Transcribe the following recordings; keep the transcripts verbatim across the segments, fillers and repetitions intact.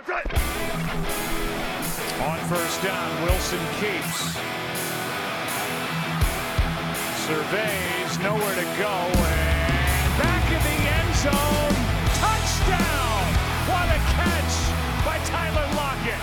On first down, Wilson keeps. Surveys, nowhere to go, and back in the end zone. Touchdown! What a catch by Tyler Lockett.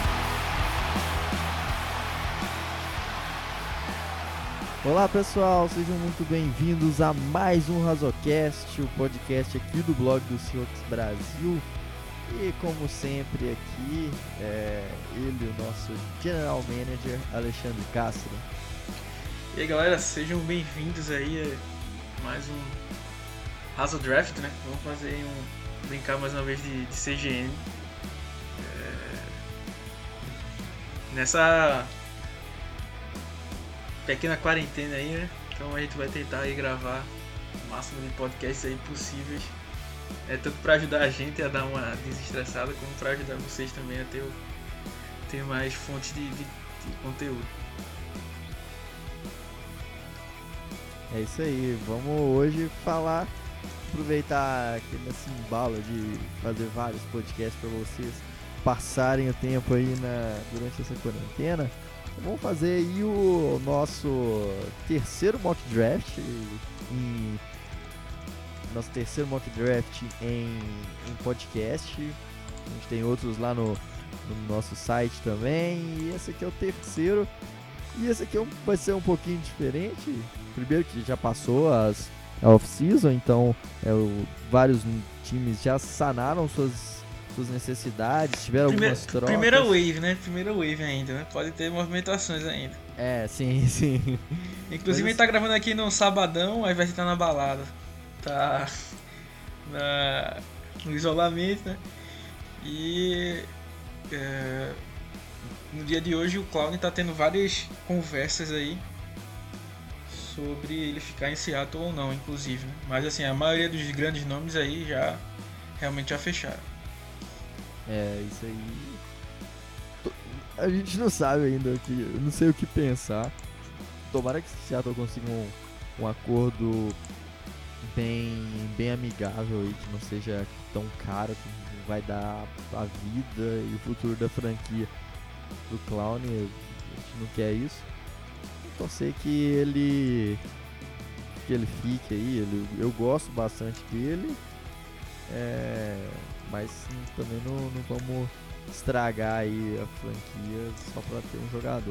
Olá pessoal, sejam muito bem-vindos a mais um Razocast, o podcast aqui do blog do Seahawks Brasil. E como sempre aqui, é ele, o nosso General Manager, Alexandre Castro. E aí galera, sejam bem-vindos aí a mais um Razo Draft, né? Vamos fazer um, brincar mais uma vez de, de C G N. É... Nessa pequena quarentena aí, né? Então a gente vai tentar aí gravar o máximo de podcasts aí possíveis. É tanto para ajudar a gente a dar uma desestressada, como para ajudar vocês também a ter, ter mais fontes de, de, de conteúdo. É isso aí, vamos hoje falar, aproveitar aqui nesse embalo de fazer vários podcasts para vocês passarem o tempo aí na, durante essa quarentena. Vamos fazer aí o nosso terceiro mock draft em nosso terceiro mock draft em, em podcast. A gente tem outros lá no, no nosso site também. E esse aqui é o terceiro. E esse aqui é um, vai ser um pouquinho diferente. Primeiro que já passou as, a off-season, então é, o, vários times já sanaram suas, suas necessidades, tiveram Primeira, algumas trocas. Primeira wave, né? Primeira wave ainda, né? Pode ter movimentações ainda. É, sim, sim. Inclusive Mas... a gente tá gravando aqui no sabadão, ao invés de estar na balada. Tá na, no isolamento, né? E é, no dia de hoje o Clown tá tendo várias conversas aí sobre ele ficar em Seattle ou não, inclusive, né? Mas assim, a maioria dos grandes nomes aí já realmente já fecharam. É, isso aí. A gente não sabe ainda o que. Eu não sei o que pensar. Tomara que Seattle consiga um, um acordo bem, bem amigável aí, que não seja tão caro, que vai dar a vida e o futuro da franquia do Clown. A gente não quer isso. Então sei que ele que ele fique aí, ele, eu gosto bastante dele, é, mas também não, não vamos estragar aí a franquia só para ter um jogador.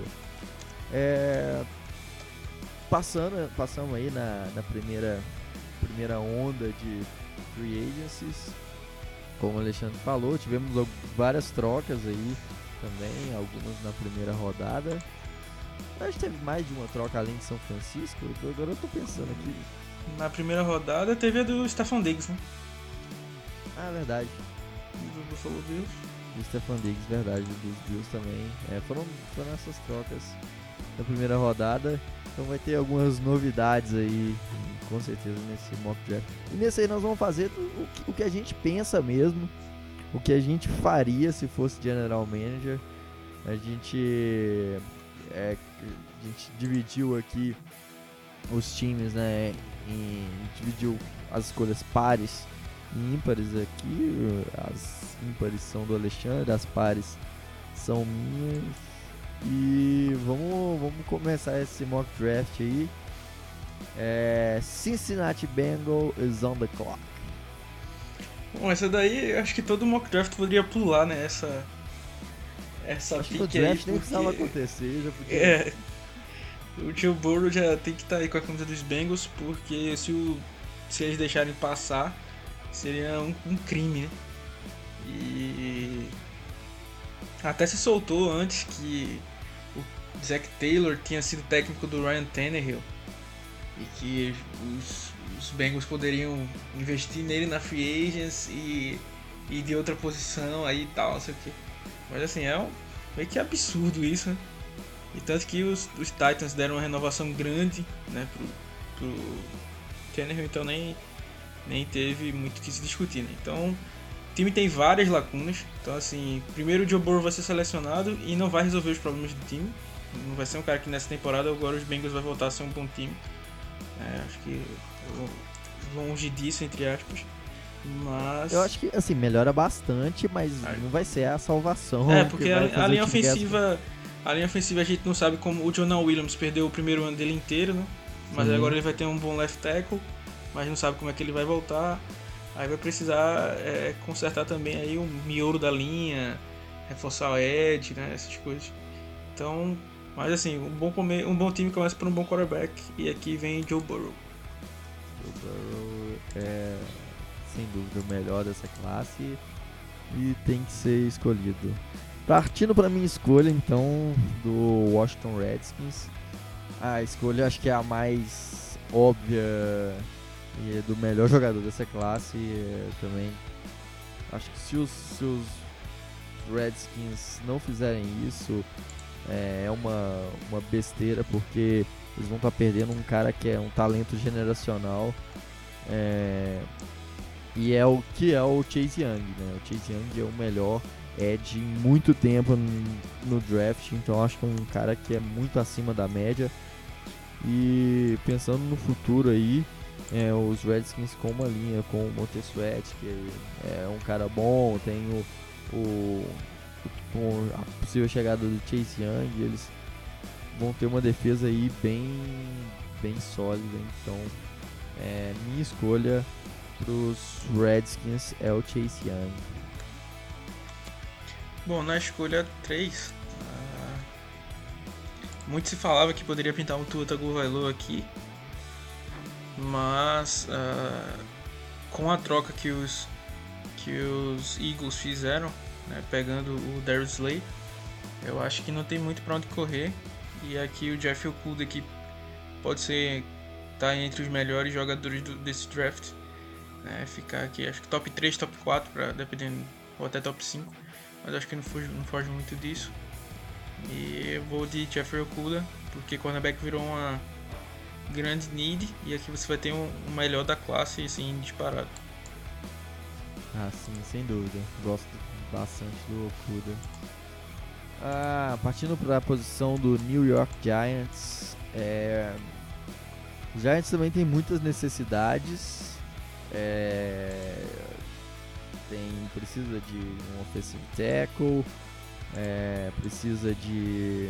É, passando, passamos aí na, na primeira primeira onda de free agencies, como o Alexandre falou, tivemos várias trocas aí também, algumas na primeira rodada. A gente teve mais de uma troca além de São Francisco, agora eu tô pensando aqui. Na primeira rodada teve a do Stefon Diggs, né? Ah, verdade. Do Buffalo Bills. O Stefon Diggs, verdade, dos Bills também. É, foram, foram essas trocas na primeira rodada. Então vai ter algumas novidades aí, com certeza, nesse mock draft. E nesse aí nós vamos fazer o que, o que a gente pensa mesmo, o que a gente faria se fosse General Manager. A gente, é, a gente dividiu aqui os times, né, em, dividiu as escolhas pares e ímpares aqui. As ímpares são do Alexandre, as pares são minhas. E vamos, vamos começar esse mock draft aí. É, Cincinnati Bengals is on the clock. Bom, essa daí eu acho que todo mock draft poderia pular, né? Essa, essa acho que o pique draft aí, nem porque... precisava acontecer, já podia... É, o Joe Burrow já tem que estar tá aí com a camisa dos Bengals, porque se, o, se eles deixarem passar, seria um, um crime, né? E até se soltou antes que o Zach Taylor tinha sido técnico do Ryan Tannehill e que os, os Bengals poderiam investir nele na free agents e, e de outra posição aí e tal, não sei o que. Mas assim, é um, meio que absurdo isso, né? E tanto que os, os Titans deram uma renovação grande, né, pro, pro Tannehill, então nem, nem teve muito o que se discutir, né? Então o time tem várias lacunas. Então assim, primeiro o Joe Burrow vai ser selecionado e não vai resolver os problemas do time. Não vai ser um cara que nessa temporada agora os Bengals vai voltar a ser um bom time. É, acho que longe disso, entre aspas. Mas... Eu acho que, assim, melhora bastante, mas Ai. não vai ser a salvação. É, porque que vai a, fazer a o linha time ganhar. ofensiva... A linha ofensiva a gente não sabe como... O Jonah Williams perdeu o primeiro ano dele inteiro, né? Mas Sim. agora ele vai ter um bom left tackle, mas não sabe como é que ele vai voltar. Aí vai precisar é, consertar também aí o miolo da linha, reforçar o edge, né? Essas coisas. Então, mas assim, um bom, come... um bom time começa por um bom quarterback. E aqui vem Joe Burrow. O Burrow é, sem dúvida, o melhor dessa classe e tem que ser escolhido. Partindo para minha escolha, então, do Washington Redskins, a escolha acho que é a mais óbvia e do melhor jogador dessa classe é, também. Acho que se os, se os Redskins não fizerem isso, é uma, uma besteira, porque eles vão estar perdendo um cara que é um talento generacional, é, e é o que é o Chase Young, né? O Chase Young é o melhor edge em muito tempo no, no draft, então acho que é um cara que é muito acima da média. E pensando no futuro aí, é, os Redskins com uma linha com o Montez Sweat, que é um cara bom, tem o, o, o a possível chegada do Chase Young, eles vão ter uma defesa aí bem, bem sólida. Então, é, minha escolha para os Redskins é o Chase Young. Bom, na escolha três, uh, muito se falava que poderia pintar um Tua Tagovailoa aqui, mas uh, com a troca que os, que os Eagles fizeram, né, pegando o Darius Slay, eu acho que não tem muito para onde correr. E aqui o Jeff Okudah, que pode ser tá entre os melhores jogadores do, desse draft, né, ficar aqui, acho que top três, top quatro, pra, dependendo, ou até top cinco, mas acho que não foge, não foge muito disso. E eu vou de Jeffrey Okudah, porque cornerback virou uma grande need, e aqui você vai ter um, um melhor da classe, assim, disparado. Ah, sim, sem dúvida. Gosto bastante do Okudah. Ah, partindo para a posição do New York Giants, é... os Giants também tem muitas necessidades. É... Tem, precisa de um offensive tackle, é... precisa de...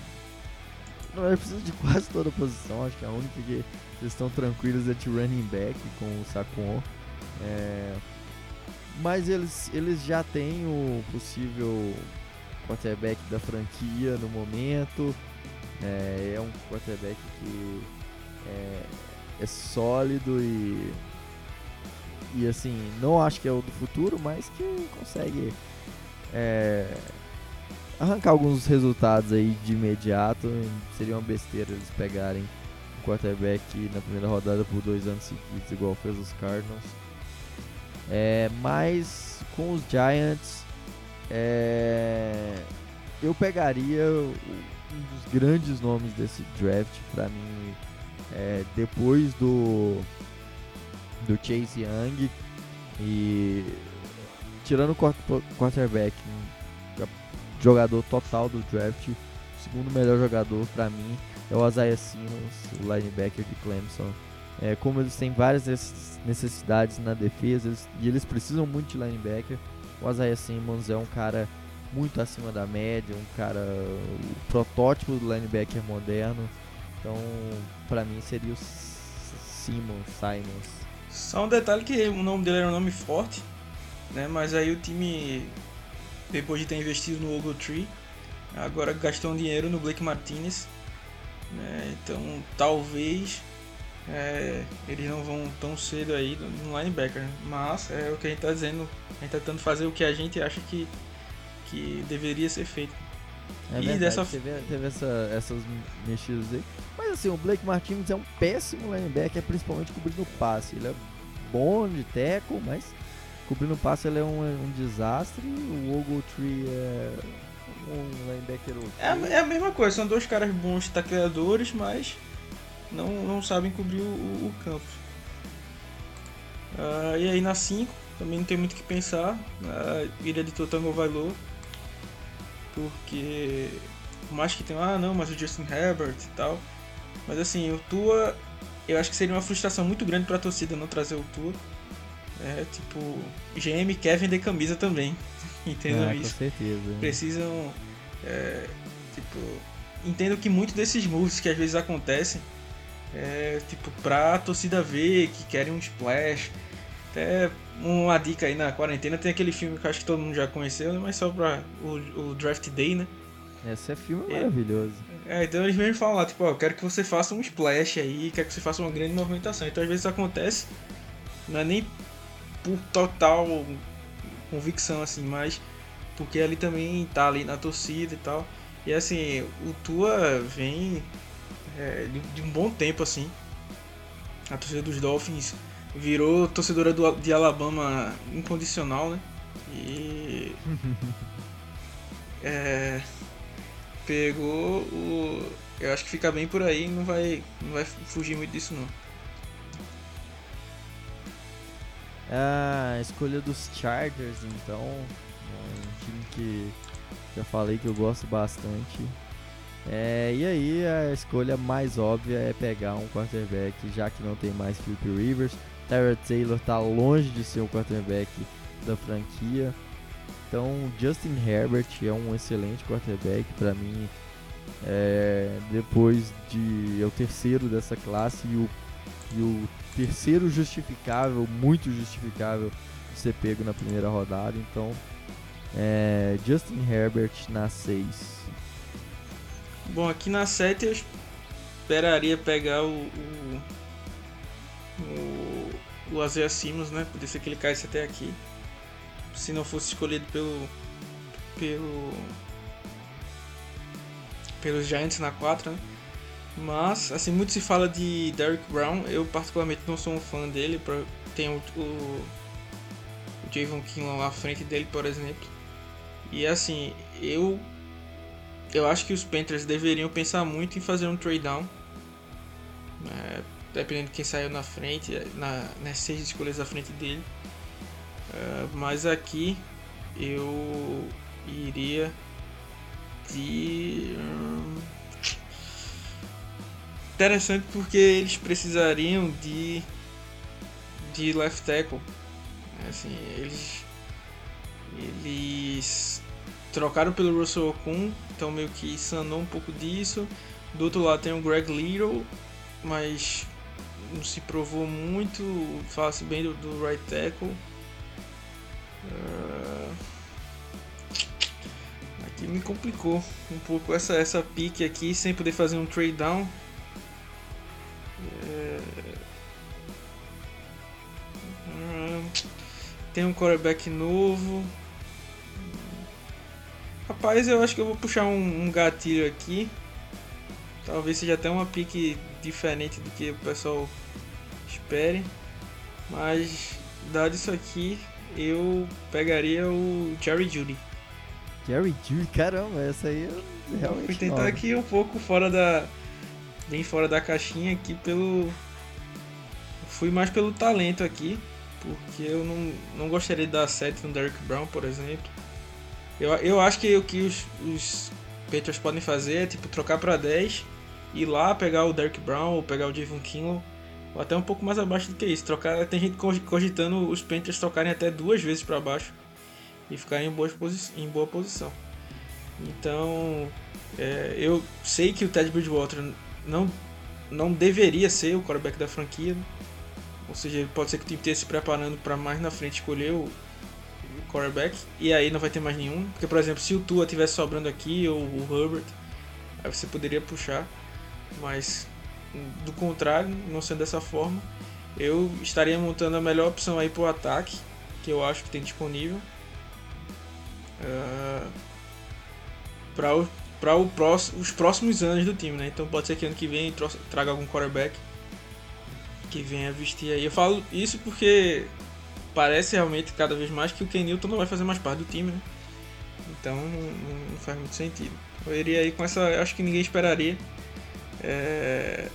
Não, ele precisa de quase toda a posição. Acho que a única que eles estão tranquilos é de running back com o Saquon. É... Mas eles, eles já têm o possível quarterback da franquia no momento. É, é um quarterback que é, é sólido e, e assim, não acho que é o do futuro, mas que consegue é, arrancar alguns resultados aí de imediato. Seria uma besteira eles pegarem um quarterback na primeira rodada por dois anos seguidos, igual fez os Cardinals. É, mas com os Giants, é, eu pegaria um dos grandes nomes desse draft para mim, é, depois do do Chase Young, e tirando o quarterback, um jogador total do draft, o segundo melhor jogador para mim é o Isaiah Simmons, o linebacker de Clemson. É, como eles têm várias necessidades na defesa, eles, e eles precisam muito de linebacker, o Isaiah Simmons é um cara muito acima da média, um cara, o protótipo do linebacker moderno. Então, pra mim seria o Simmons, Simons. Só um detalhe que o nome dele era um nome forte, né? Mas aí o time, depois de ter investido no Ogletree, agora gastou um dinheiro no Blake Martinez, né? Então, talvez É, eles não vão tão cedo aí no linebacker, né? Mas é o que a gente tá dizendo, a gente tá tentando fazer o que a gente acha que, que deveria ser feito. É e verdade, dessa teve, teve essa, essas mexidas aí. Mas assim, o Blake Martinez é um péssimo linebacker, principalmente cobrindo o passe. Ele é bom de tackle, mas cobrindo o passe ele é um, um desastre. O Ogletree é um linebacker okay. é, é a mesma coisa, são dois caras bons tacleadores, mas Não, não sabem cobrir o, o, o campo. Uh, e aí na cinco, também não tem muito o que pensar. Uh, iria de Tua Tagovailoa, porque por mais que tenha, ah não, mas o Justin Herbert e tal. Mas assim, o Tua, eu acho que seria uma frustração muito grande para a torcida não trazer o Tua. É tipo, G M quer vender camisa também, entendam Ah, isso. com certeza. Precisam, é, tipo, entendo que muitos desses moves que às vezes acontecem é tipo pra a torcida ver, que querem um splash. Até uma dica aí na quarentena, tem aquele filme que eu acho que todo mundo já conheceu, né? Mas só pra o, o Draft Day, né? Esse é filme É. maravilhoso. É, então eles mesmos falam lá, tipo, ó, eu quero que você faça um splash aí, quero que você faça uma grande movimentação. Então às vezes isso acontece, não é nem por total convicção, assim, mas porque ali também tá ali na torcida e tal. E assim, o Tua vem é, de, de um bom tempo, assim. A torcida dos Dolphins virou torcedora do, de Alabama incondicional, né? E... é, pegou o... Eu acho que fica bem por aí, não vai, não vai fugir muito disso, não. A escolha dos Chargers, então, é um time que já falei que eu gosto bastante. É, e aí a escolha mais óbvia é pegar um quarterback, já que não tem mais Philip Rivers. Tyrod Taylor está longe de ser o quarterback da franquia. Então Justin Herbert é um excelente quarterback para mim. É, depois de é o terceiro dessa classe e o, e o terceiro justificável, muito justificável de ser pego na primeira rodada. Então é, Justin Herbert na seis. Bom, aqui na sete eu esperaria pegar o o, o, o Isaiah Simmons, né? Podia ser que ele caísse até aqui, se não fosse escolhido pelo pelo pelos Giants na quatro, né? Mas, assim, muito se fala de Derrick Brown. Eu particularmente não sou um fã dele. Tem o, o, o Javon Kinlaw à frente dele, por exemplo. E assim, eu eu acho que os Panthers deveriam pensar muito em fazer um trade down, é, dependendo de quem saiu na frente, na, nas seis escolhas à frente dele. É, mas aqui eu iria de... Hum, interessante porque eles precisariam de de left tackle. Assim, eles eles trocaram pelo Russell Okung, então meio que sanou um pouco disso. Do outro lado tem o Greg Little, mas não se provou muito, fala-se bem do, do right tackle. Uh, aqui me complicou um pouco essa, essa pique aqui, sem poder fazer um trade down. Tem um quarterback novo. Rapaz, eu acho que eu vou puxar um, um gatilho aqui. Talvez seja até uma pique diferente do que o pessoal espere. Mas, dado isso aqui, eu pegaria o Jerry Jeudy. Jerry Jeudy, caramba, essa aí eu realmente Fui tentar nova. aqui um pouco fora da... bem fora da caixinha aqui pelo... Fui mais pelo talento aqui. Porque eu não, não gostaria de dar sete no Derrick Brown, por exemplo. Eu, eu acho que o que os, os Patriots podem fazer é tipo trocar para dez, ir lá pegar o Derrick Brown ou pegar o Javon Kinlaw, ou até um pouco mais abaixo do que isso. Trocar, tem gente cogitando os Patriots trocarem até duas vezes para baixo e ficarem em, boas posi- em boa posição. Então, é, eu sei que o Teddy Bridgewater não, não deveria ser o quarterback da franquia, né? Ou seja, pode ser que o time esteja se preparando para mais na frente escolher o, o quarterback, e aí não vai ter mais nenhum. Porque, por exemplo, se o Tua estivesse sobrando aqui, ou o Herbert, aí você poderia puxar. Mas, do contrário, não sendo dessa forma, eu estaria montando a melhor opção aí para o ataque, que eu acho que tem disponível. Uh, para o, para o próximo, os próximos anos do time, né? Então pode ser que ano que vem traga algum quarterback que venha vestir aí. Eu falo isso porque parece realmente cada vez mais que o Ken Newton não vai fazer mais parte do time, né? Então não, não faz muito sentido. Eu iria aí com essa, acho que ninguém esperaria. É...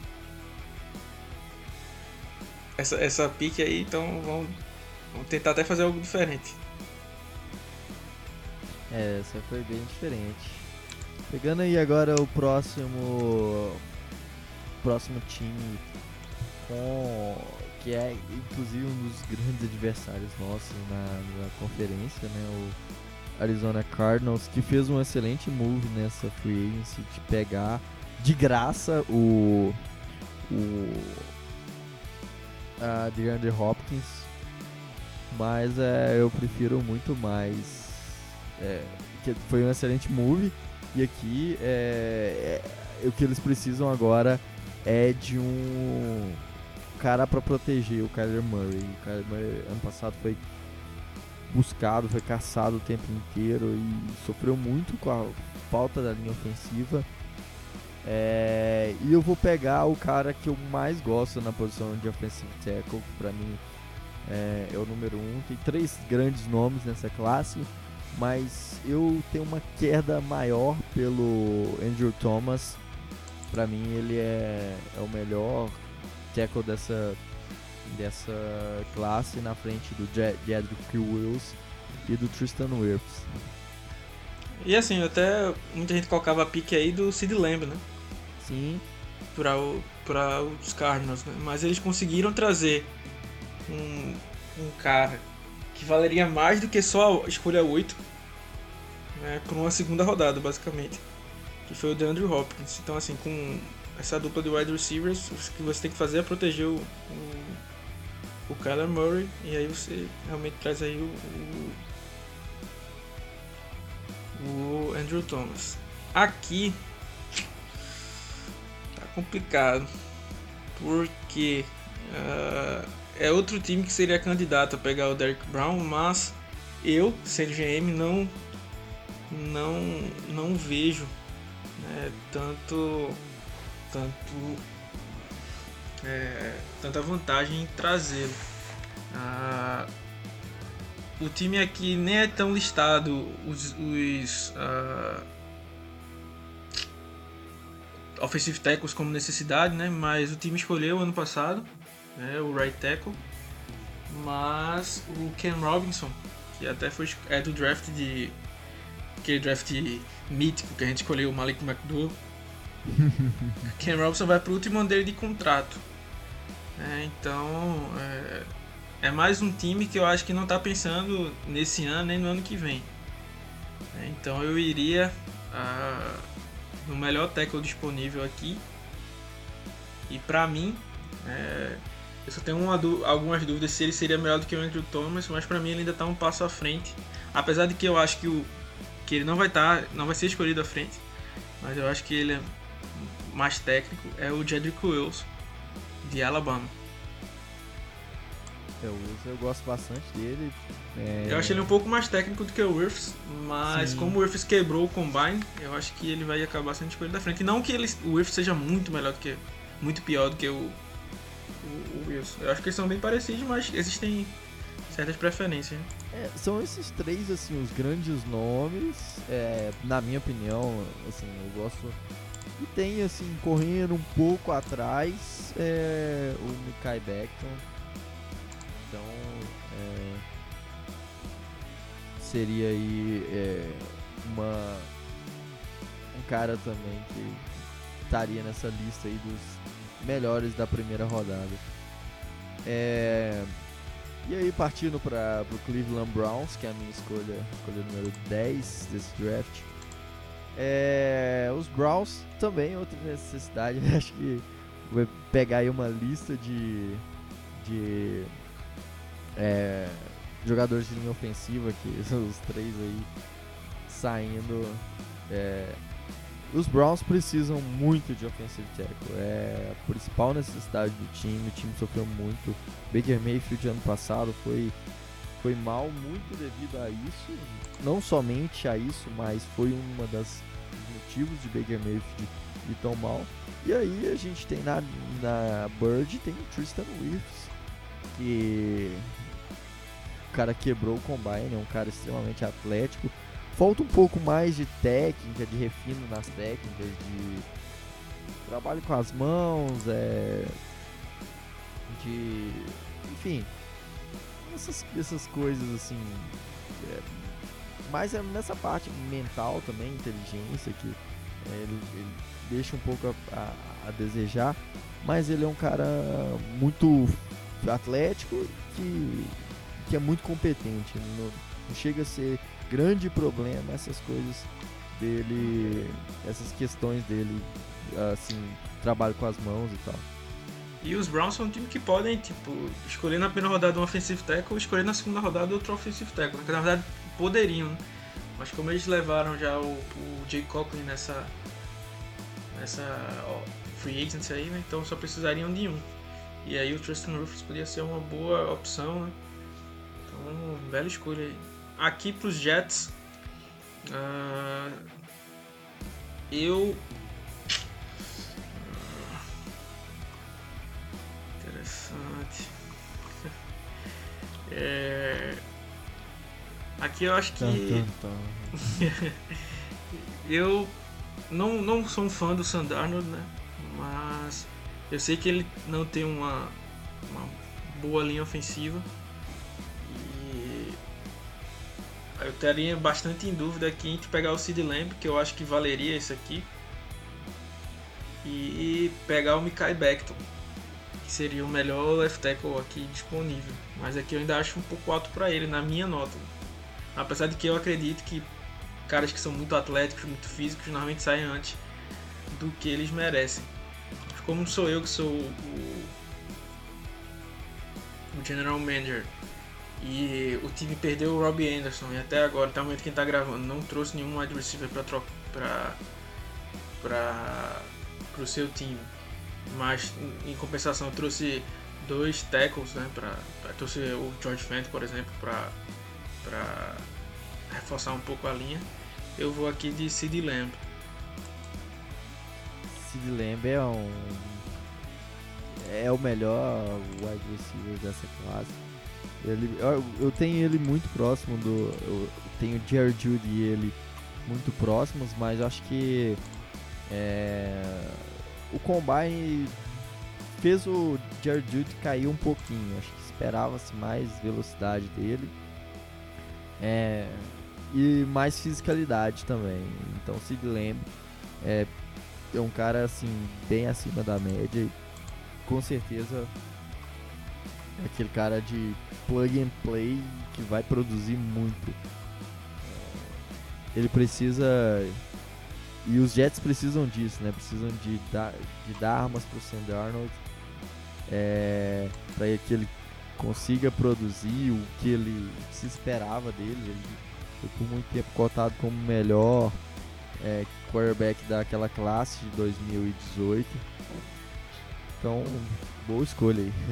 Essa, essa pique aí, então vamos, vamos tentar até fazer algo diferente. É, essa foi bem diferente. Pegando aí agora o próximo próximo time com que é inclusive um dos grandes adversários nossos na, na conferência, né? O Arizona Cardinals, que fez um excelente move nessa free agency de pegar de graça o, o a DeAndre Hopkins, mas é, eu prefiro muito mais, é, que foi um excelente move, e aqui é, é, o que eles precisam agora é de um cara para proteger o Kyler Murray. O Kyler Murray ano passado foi buscado, foi caçado o tempo inteiro e sofreu muito com a falta da linha ofensiva. É, e eu vou pegar o cara que eu mais gosto na posição de offensive tackle, que pra mim é, é o número um. Tem três grandes nomes nessa classe, mas eu tenho uma queda maior pelo Andrew Thomas. Pra mim ele é, é o melhor tackle dessa, dessa classe, na frente do Jedrick Wills e do Tristan Wirfs. E assim, até muita gente colocava a pique aí do Sid Lamb, né? Sim. Para para os Cardinals, né? Mas eles conseguiram trazer um, um cara que valeria mais do que só a escolha oito, né? Por uma segunda rodada, basicamente, que foi o DeAndre Hopkins. Então, assim, com essa dupla de wide receivers, o que você tem que fazer é proteger o, o, o Kyler Murray, e aí você realmente traz aí o, o, o Andrew Thomas. Aqui tá complicado, porque uh, é outro time que seria candidato a pegar o Derrick Brown, mas eu, sendo G M, não, não, não vejo, né, tanto... tanto é, tanta vantagem em trazê-lo. Ah, o time aqui nem é tão listado os, os ah, offensive tackles como necessidade, né? Mas o time escolheu ano passado, né, o right tackle, mas o Ken Robinson, que até foi é do draft de aquele draft mítico que a gente escolheu, o Malik McDowell. Ken Robinson vai para o último ano dele de contrato, é, então é, é mais um time que eu acho que não está pensando nesse ano nem no ano que vem, é, então eu iria ah, no melhor tackle disponível aqui, e para mim é, eu só tenho uma, algumas dúvidas se ele seria melhor do que o Andrew Thomas, mas para mim ele ainda está um passo à frente, apesar de que eu acho que, o, que ele não vai, tá, não vai ser escolhido à frente, mas eu acho que ele é mais técnico, é o Jedrick Wills, de Alabama. É, o Wills eu gosto bastante dele. É... Eu acho ele um pouco mais técnico do que o Wirfs, mas Sim. como o Wirfs quebrou o combine, eu acho que ele vai acabar sendo escolhido da frente. E não que ele, o Wirfs seja muito melhor do que, muito pior do que o, o, o Wills. Eu acho que eles são bem parecidos, mas existem certas preferências. Né? É, são esses três, assim, os grandes nomes, é, na minha opinião, assim, eu gosto. E tem, assim, correndo um pouco atrás, é, o Mekhi Becton. Então, é, seria aí é, uma, um cara também que estaria nessa lista aí dos melhores da primeira rodada. É, e aí, partindo para o Cleveland Browns, que é a minha escolha, escolha número dez desse draft. É, os Browns também, outra necessidade, acho que vai pegar aí uma lista de, de é, jogadores de linha ofensiva, que são os três aí saindo. É, os Browns precisam muito de offensive tackle, é a principal necessidade do time, o time sofreu muito. Baker Mayfield ano passado foi, foi mal muito devido a isso, não somente a isso, mas foi uma das motivos de Baker Mayfield ir tão mal. E aí a gente tem na, na Bird, tem o Tristan Wirfs, que o cara quebrou o combine, é um cara extremamente atlético. Falta um pouco mais de técnica, de refino nas técnicas, de trabalho com as mãos, é, de, enfim, essas, essas coisas assim, é, mas é nessa parte mental também, inteligência, que é, ele, ele deixa um pouco a, a, a desejar, mas ele é um cara muito atlético que, que é muito competente. Não, não chega a ser grande problema essas coisas dele, essas questões dele, assim, trabalho com as mãos e tal. E os Browns são um time que podem, tipo, escolher na primeira rodada um offensive tackle ou escolher na segunda rodada outro offensive tackle, né? Que na verdade poderiam, né? Mas como eles levaram já o, o Jay Coughlin nessa, nessa ó, free agency aí, né? Então só precisariam de um. E aí o Tristan Wirfs podia ser uma boa opção, né? Então, bela escolha aí. Aqui pros Jets, uh, eu... Interessante. É... Aqui eu acho que... eu não, não sou um fã do Sam Darnold, né? Mas eu sei que ele não tem uma, uma boa linha ofensiva. E eu estaria bastante em dúvida aqui entre pegar o CeeDee Lamb, que eu acho que valeria esse aqui, e pegar o Mekhi Becton, que seria o melhor left tackle aqui disponível. Mas aqui eu ainda acho um pouco alto para ele, na minha nota. Apesar de que eu acredito que caras que são muito atléticos, muito físicos, normalmente saem antes do que eles merecem. Como sou eu que sou o, o General Manager e o time perdeu o Robbie Anderson e até agora, até o momento que a gente tá gravando, não trouxe nenhum wide receiver para troca para para pro seu time, mas em compensação eu trouxe dois tackles, né, para trouxe o George Fant, por exemplo, para para reforçar um pouco a linha. Eu vou aqui de CeeDee Lamb. CeeDee Lamb é um é o melhor wide receiver dessa classe. Ele, eu, eu tenho ele muito próximo do, eu tenho o Jerry Jeudy e ele muito próximos, mas eu acho que é, o Combine fez o Jerry Jeudy cair um pouquinho. Acho que esperava-se mais velocidade dele. É, e mais fisicalidade também. Então o CeeDee Lamb é, é um cara assim bem acima da média e com certeza é aquele cara de plug and play que vai produzir muito. Ele precisa, e os Jets precisam disso, né? Precisam de dar, de dar armas para o Sam Darnold, é, para que ele consiga produzir o que ele se esperava dele. Ele foi por muito tempo cotado como o melhor é, quarterback daquela classe de dois mil e dezoito. Então, boa escolha aí.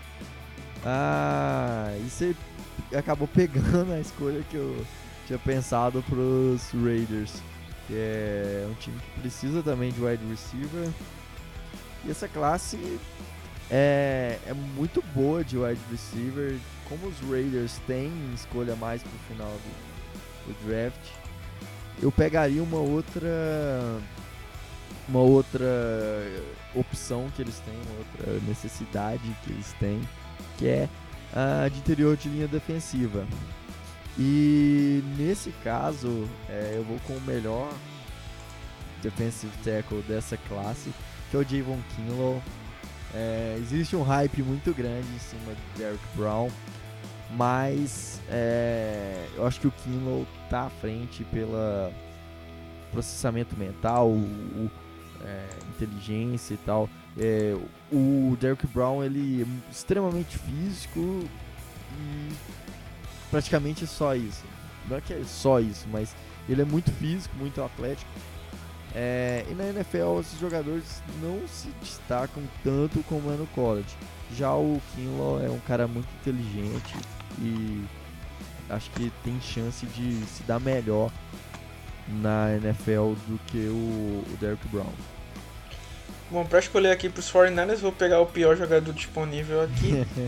Ah, e você acabou pegando a escolha que eu tinha pensado pros Raiders, que é um time que precisa também de wide receiver. E essa classe é, é muito boa de wide receiver. Como os Raiders têm escolha mais pro final do, do draft, eu pegaria uma outra uma outra opção que eles têm, uma outra necessidade que eles têm, que é a de interior de linha defensiva. E nesse caso, é, eu vou com o melhor defensive tackle dessa classe, que é o Javon Kinlaw. É, existe um hype muito grande em cima do Derrick Brown, mas é, eu acho que o Kinlaw está à frente pelo processamento mental, o, o, é, inteligência e tal. É, o Derrick Brown ele é extremamente físico e praticamente só isso. Não é que é só isso, mas ele é muito físico, muito atlético. É, e na N F L esses jogadores não se destacam tanto como é no college. Já o Kinlaw é um cara muito inteligente e acho que tem chance de se dar melhor na N F L do que o, o Derrick Brown. Bom, pra escolher aqui pros quarenta e nine ers, vou pegar o pior jogador disponível aqui.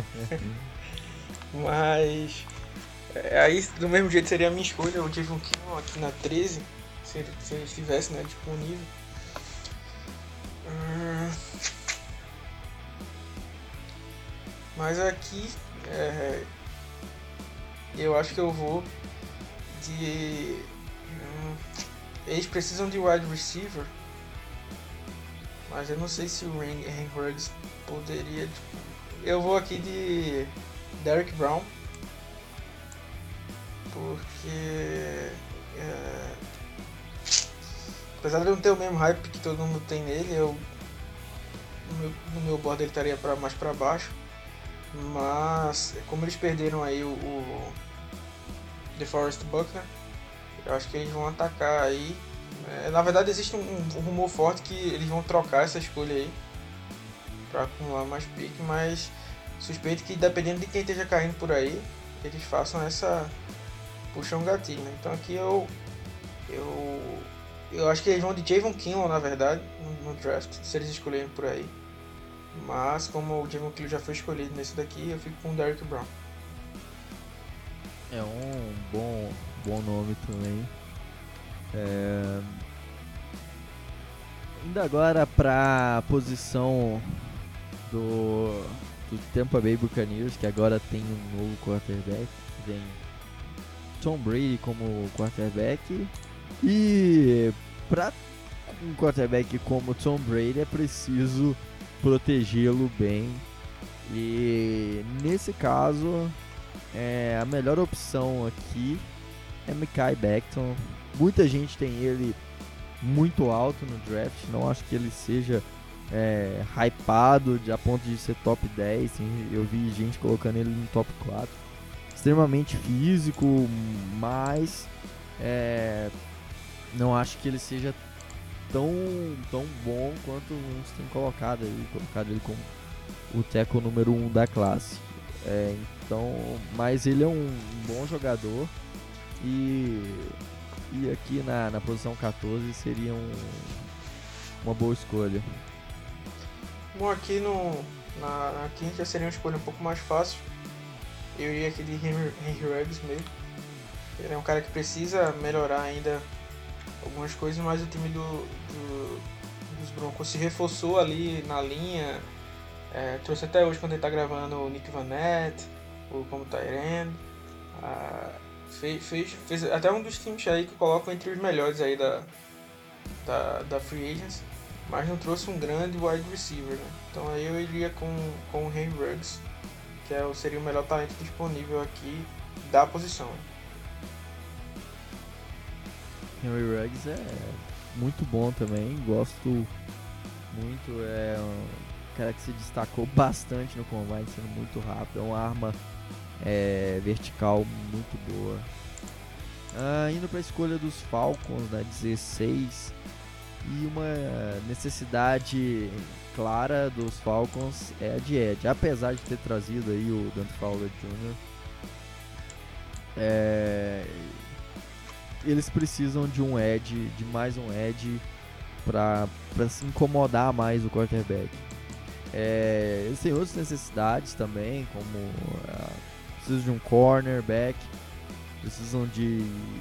Mas é, aí do mesmo jeito seria a minha escolha, o Javon Kinlaw aqui na treze, se ele, se ele estivesse, né, disponível. Hum... Mas aqui é, eu acho que eu vou de... Hum, eles precisam de wide receiver, mas eu não sei se o Henry Ruggs poderia... Tipo, eu vou aqui de Derrick Brown, porque é, apesar de eu não ter o mesmo hype que todo mundo tem nele, eu no meu, no meu board ele estaria pra, mais para baixo, mas como eles perderam aí o, o DeForest Buckner, eu acho que eles vão atacar aí. É, na verdade existe um, um rumor forte que eles vão trocar essa escolha aí para acumular mais pique, mas suspeito que dependendo de quem esteja caindo por aí, eles façam essa puxam um gatilho, né? Então aqui eu eu eu acho que eles vão de Javon Kinlaw, na verdade, no, no draft, se eles escolherem por aí. Mas como o Javon Kinlaw já foi escolhido nesse daqui, eu fico com o Derrick Brown. É um bom, bom nome também. É... Indo agora para a posição do, do Tampa Bay Buccaneers, que agora tem um novo quarterback. Vem Tom Brady como quarterback. E para um quarterback como Tom Brady é preciso protegê-lo bem. E nesse caso, é, a melhor opção aqui é Mekhi Becton. Muita gente tem ele muito alto no draft, não acho que ele seja é, hypado de, a ponto de ser top dez, assim, eu vi gente colocando ele no top quatro. Extremamente físico, mas é, não acho que ele seja tão, tão bom quanto uns têm colocado ele, colocado ele como o tackle número um da classe. É, então, mas ele é um bom jogador e, e aqui na, na posição catorze seria um, uma boa escolha. Bom, aqui no, na, na quinta seria uma escolha um pouco mais fácil. Eu iria aqui de Henry, Henry Ruggs mesmo. Ele é um cara que precisa melhorar ainda algumas coisas, mas o time do, do, dos Broncos se reforçou ali na linha. É, trouxe até hoje, quando ele está gravando, o Nick Vannett, o como tight end. Ah, fez, fez, fez até um dos times aí que eu coloco entre os melhores aí da, da, da Free Agents, mas não trouxe um grande wide receiver, né? Então aí eu iria com, com o Henry Ruggs, que é, seria o melhor talento disponível aqui da posição. Henry Ruggs é muito bom também, gosto muito, é um cara que se destacou bastante no Combine, sendo muito rápido, é uma arma é, vertical muito boa. Ah, indo para a escolha dos Falcons na dezesseis, e uma necessidade clara dos Falcons é a de Edge, apesar de ter trazido aí o Dante Fowler júnior É, eles precisam de um edge, de mais um edge para se incomodar mais o quarterback. É, eles têm outras necessidades também, como uh, precisam de um cornerback, precisam de,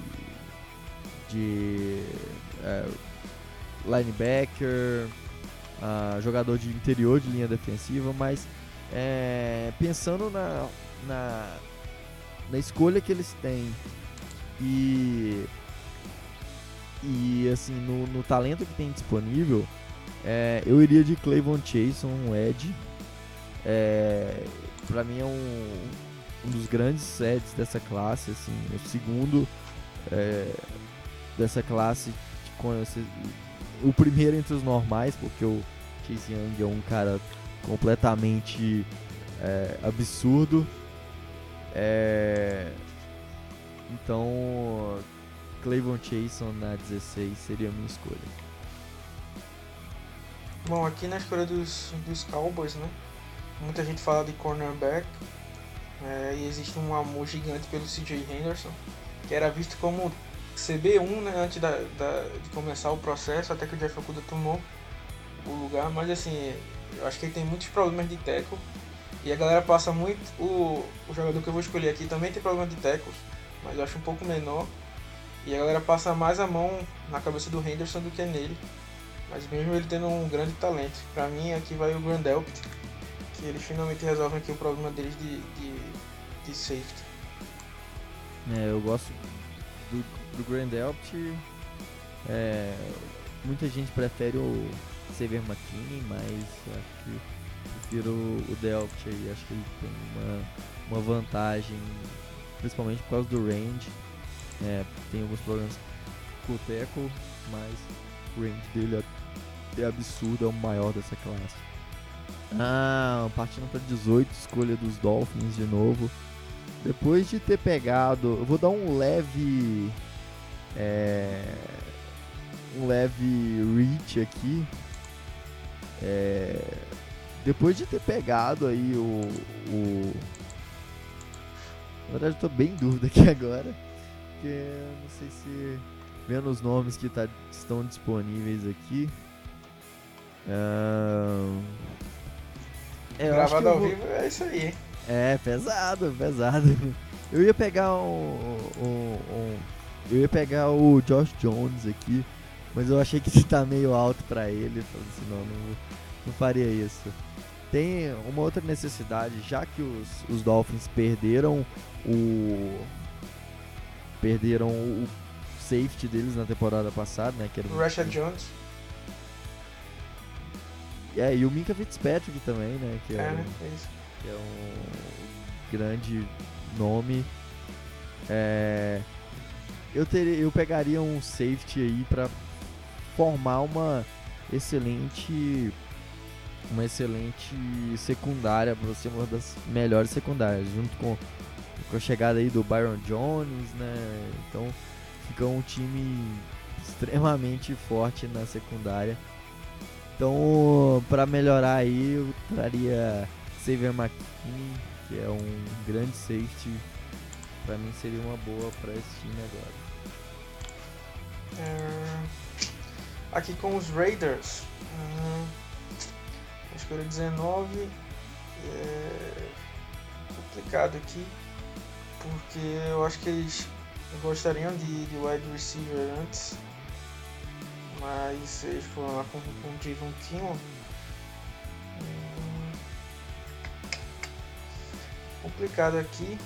de uh, linebacker, uh, jogador de interior de linha defensiva, mas é, pensando na, na, na escolha que eles têm e, e assim, no, no talento que tem disponível, é, eu iria de Clavon Chason, um edge. É, pra mim é um, um dos grandes edges dessa classe, assim, o segundo é, dessa classe, o primeiro entre os normais, porque o Chase Young é um cara completamente é, absurdo. É, então, Clavon Chason na dezesseis seria a minha escolha. Bom, aqui na escolha dos, dos Cowboys, né? Muita gente fala de cornerback, é, e existe um amor gigante pelo C J Henderson, que era visto como C B um, né, antes da, da, de começar o processo, até que o Jeff Okudah tomou o lugar, mas assim, eu acho que ele tem muitos problemas de tackle, e a galera passa muito, o, o jogador que eu vou escolher aqui também tem problema de tackles, mas eu acho um pouco menor, e a galera passa mais a mão na cabeça do Henderson do que nele. Mas mesmo ele tendo um grande talento, pra mim aqui vai o Grant Delpit, que eles finalmente resolvem aqui o problema deles de, de, de safety. É, eu gosto do, do Grant Delpit, é, muita gente prefere o Xavier McKinney, mas acho que o prefiro o Delpit aí, acho que ele tem uma, uma vantagem, principalmente por causa do range. É, tem alguns problemas com o tackle, mas o range dele é, é absurdo, é o maior dessa classe. Ah, partindo para dezoito, escolha dos Dolphins de novo. Depois de ter pegado, eu vou dar um leve, é, um leve reach aqui. É, depois de ter pegado aí o, o, na verdade eu tô bem em dúvida aqui agora, porque eu não sei se vendo os nomes que tá, estão disponíveis aqui. Ah, é, eu acho que Gravado eu ao vou... vivo é isso aí, hein? É, pesado, pesado. Eu ia pegar um, um, um... Eu ia pegar o Josh Jones aqui, mas eu achei que tá meio alto pra ele. Falei assim, não, não, não faria isso. Tem uma outra necessidade, já que os, os Dolphins perderam o... Perderam o safety deles na temporada passada, né? Que era O Rashad Jones. É, e o Minkah Fitzpatrick também, né? Que é, É, um, né? É isso. que é um grande nome. É, eu, teria, eu pegaria um safety aí pra formar uma excelente uma excelente secundária, pra ser uma das melhores secundárias, junto com, com a chegada aí do Byron Jones, né? Então fica um time extremamente forte na secundária. Então, para melhorar aí, eu traria Xavier McKinney, que é um grande safety. Para mim seria uma boa para esse time agora. É, aqui com os Raiders, hum, a escolha dezenove, é complicado aqui, porque eu acho que eles gostariam de, de wide receiver antes, mas eles foram lá com, com o Javon Kinlaw. Hum, complicado aqui,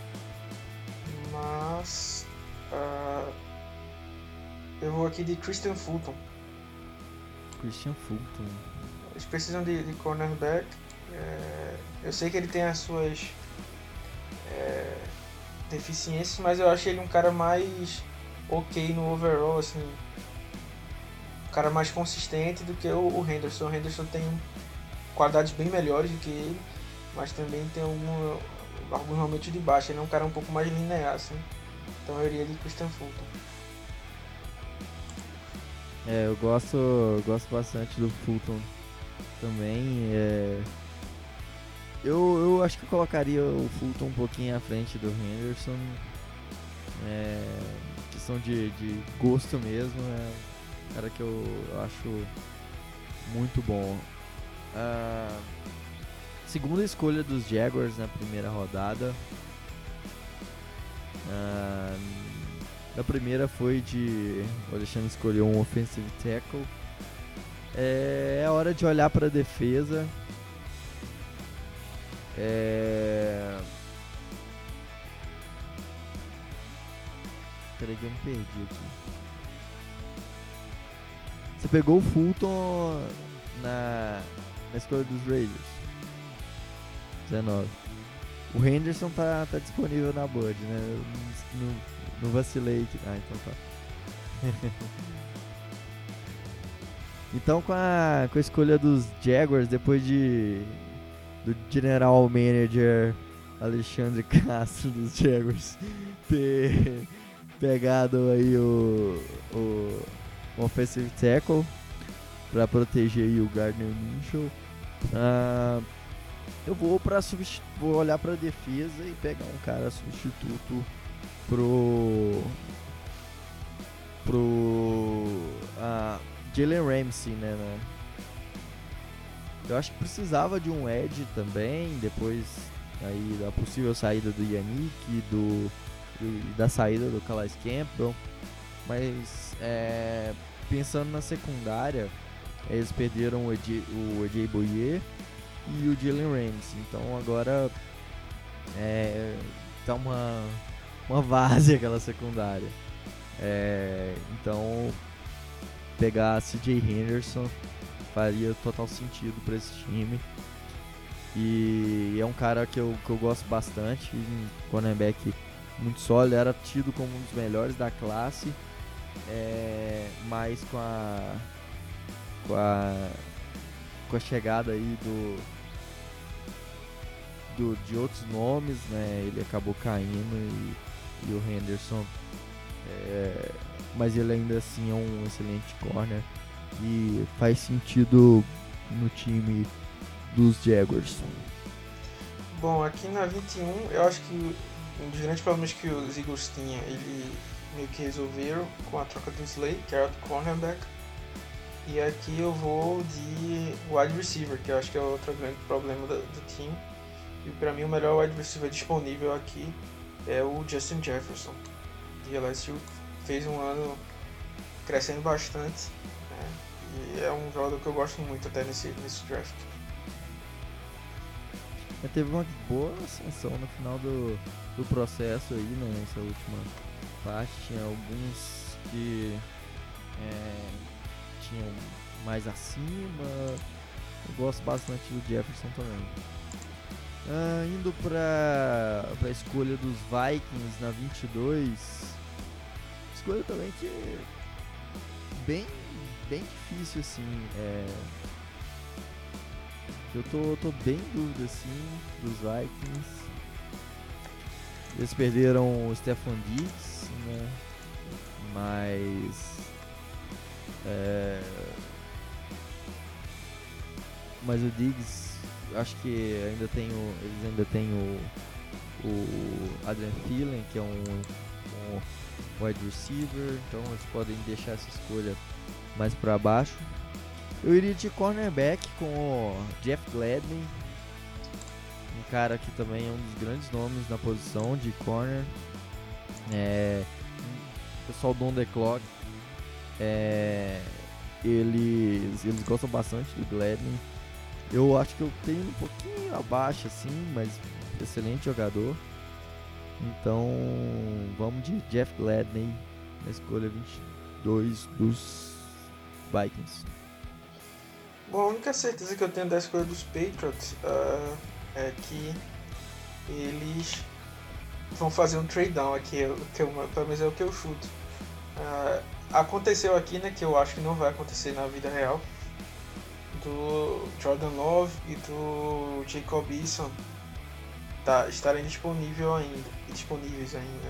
mas uh, eu vou aqui de Christian Fulton. Christian Fulton. Eles precisam de, de cornerback. É, eu sei que ele tem as suas é, deficiências, mas eu acho ele um cara mais ok no overall, assim, um cara mais consistente do que o, o Henderson. O Henderson tem qualidades bem melhores do que ele, mas também tem algum, alguns momentos de baixa. Ele é um cara um pouco mais linear, assim. Então eu iria de Christian Fulton. É, eu gosto, eu gosto bastante do Fulton também. É, eu, eu acho que eu colocaria o Fulton um pouquinho à frente do Henderson. É, questão de, de gosto mesmo, é um cara que eu acho muito bom. A segunda escolha dos Jaguars na primeira rodada. A, a primeira foi de... O Alexandre escolheu um offensive tackle. É, é hora de olhar para a defesa. É... Peraí que eu me perdi aqui. Você pegou o Fulton na, na escolha dos Raiders. dezenove. O Henderson tá, tá disponível na board, né? Eu não, não vacilei aqui. Ah, então tá. Então com a, com a escolha dos Jaguars, depois de do General Manager Alexandre Castro dos Jaguars ter pegado aí o, o, o offensive tackle para proteger aí o Gardner Minshew, uh, eu vou para vou olhar para defesa e pegar um cara substituto pro pro uh, Jalen Ramsey, né, né? Eu acho que precisava de um edge também, depois aí da possível saída do Yannick e do, do, da saída do Calais Campbell. Mas é, pensando na secundária, eles perderam o E J, o E J Bouye e o Jalen Ramsey. Então agora é, tá uma, uma várzea aquela secundária. É, então pegar C J Henderson faria total sentido para esse time. E é um cara que eu, que eu gosto bastante, um cornerback muito sólido, era tido como um dos melhores da classe, é, mas com a, com a com a chegada aí do, do de outros nomes, né, ele acabou caindo e, e o Henderson, é, mas ele ainda assim é um excelente corner e faz sentido no time dos Jaguars. Bom, aqui na vinte e um, eu acho que um dos grandes problemas que os Eagles tinham, ele meio que resolveram com a troca do Slay, que era do cornerback. E aqui eu vou de wide receiver, que eu acho que é outro grande problema do, do time. E para mim o melhor wide receiver disponível aqui é o Justin Jefferson, de L S U. Fez um ano crescendo bastante, né? E é um jogador que eu gosto muito até nesse, nesse draft. Teve uma boa ascensão no final do, do processo aí, né, nessa última parte. Tinha alguns que é, tinham mais acima. Eu gosto bastante do Jefferson também. Ah, indo para a escolha dos Vikings na vinte e dois. Escolha também que é bem, bem difícil assim. É, Eu tô, tô bem em dúvida, assim, dos Vikings. Eles perderam o Stephon Diggs, né? Mas... É, mas o Diggs, acho que ainda tem o, eles ainda têm o, o Adrian Thielen, que é um, um wide receiver. Então eles podem deixar essa escolha mais para baixo. Eu iria de cornerback com o Jeff Gladney, um cara que também é um dos grandes nomes na posição de corner. É, o pessoal do On The Clock, é, eles, eles gostam bastante do Gladney. Eu acho que eu tenho um pouquinho abaixo assim, mas excelente jogador. Então vamos de Jeff Gladney na escolha vinte e dois dos Vikings. Bom, a única certeza que eu tenho da escolha dos Patriots uh, é que eles vão fazer um trade down aqui, que eu, pelo menos é o que eu chuto. Uh, aconteceu aqui, né, que eu acho que não vai acontecer na vida real, do Jordan Love e do Jacob Eason tá, estarem disponíveis ainda, disponíveis ainda.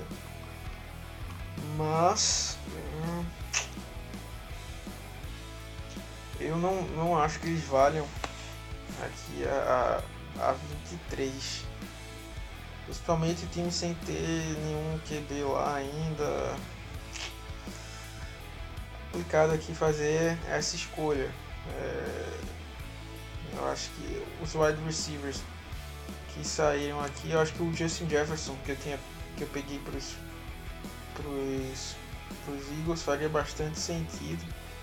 Mas hum, eu não, não acho que eles valham aqui a, a, a vinte e três. Principalmente time sem ter nenhum Q B lá ainda. Complicado aqui fazer essa escolha. É, eu acho que os wide receivers que saíram aqui, eu acho que o Justin Jefferson que eu, tinha, que eu peguei para os pros, pros Eagles faria bastante sentido.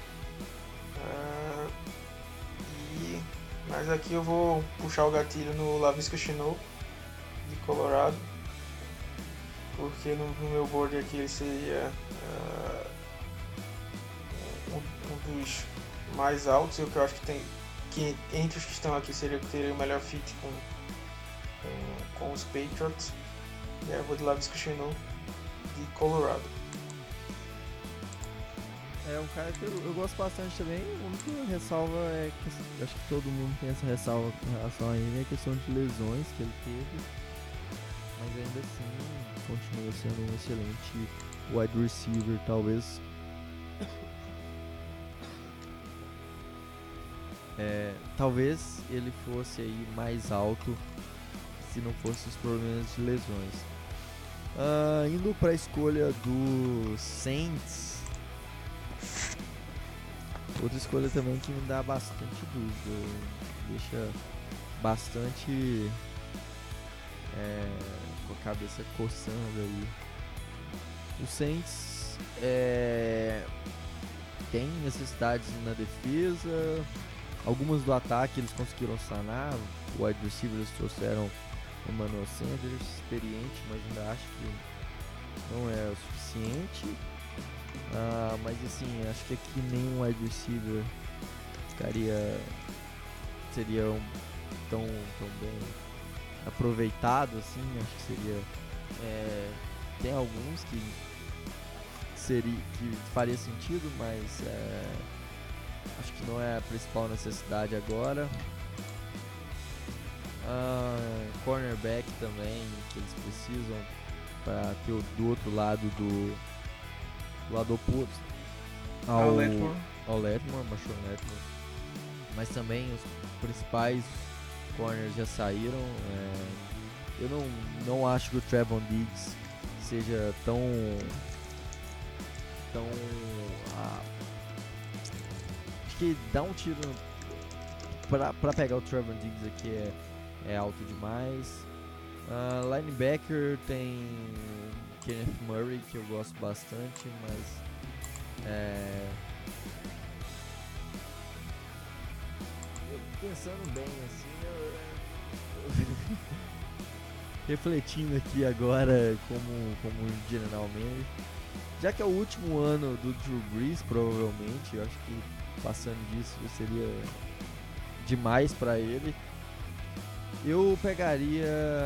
Uh, e, mas aqui eu vou puxar o gatilho no Laviska Shenault de Colorado, porque no, no meu board aqui ele seria uh, um, um dos mais altos. Eu que eu acho que tem que entre os que estão aqui seria que teria o melhor fit com, com, com os Patriots. E aí eu vou de Laviska Shenault de Colorado. É um cara que eu, eu gosto bastante também. A única ressalva é que acho que todo mundo tem essa ressalva com relação a ele, é a questão de lesões que ele teve. Mas ainda assim continua sendo um excelente wide receiver, talvez. É, talvez ele fosse aí mais alto se não fosse os problemas de lesões. Uh, indo para a escolha do Saints. Outra escolha também que me dá bastante dúvida, deixa bastante é, com a cabeça coçando aí. O Saints é, tem necessidades na defesa, algumas do ataque eles conseguiram sanar. O wide receivers trouxeram o Emmanuel Sanders, experiente, mas ainda acho que não é o suficiente. Uh, mas assim, acho que aqui nenhum wide receiver ficaria, seria um, tão, tão bem aproveitado, assim, acho que seria... É, tem alguns que, seria, que faria sentido, mas é, acho que não é a principal necessidade agora. Uh, cornerback também, que eles precisam para ter o, do outro lado do, do lado oposto ao, ao Letmore, ao Letmore, Marshawn Letmore. Mas também os principais corners já saíram. É, eu não, não acho que o Trevon Diggs seja tão tão ah, acho que dar um tiro pra, pra pegar o Trevon Diggs aqui é, é alto demais. Uh, linebacker tem Kenneth Murray, que eu gosto bastante, mas é, eu, pensando bem assim, eu, eu refletindo aqui agora como, como general manager, já que é o último ano do Drew Brees, provavelmente, eu acho que passando disso seria demais para ele, eu pegaria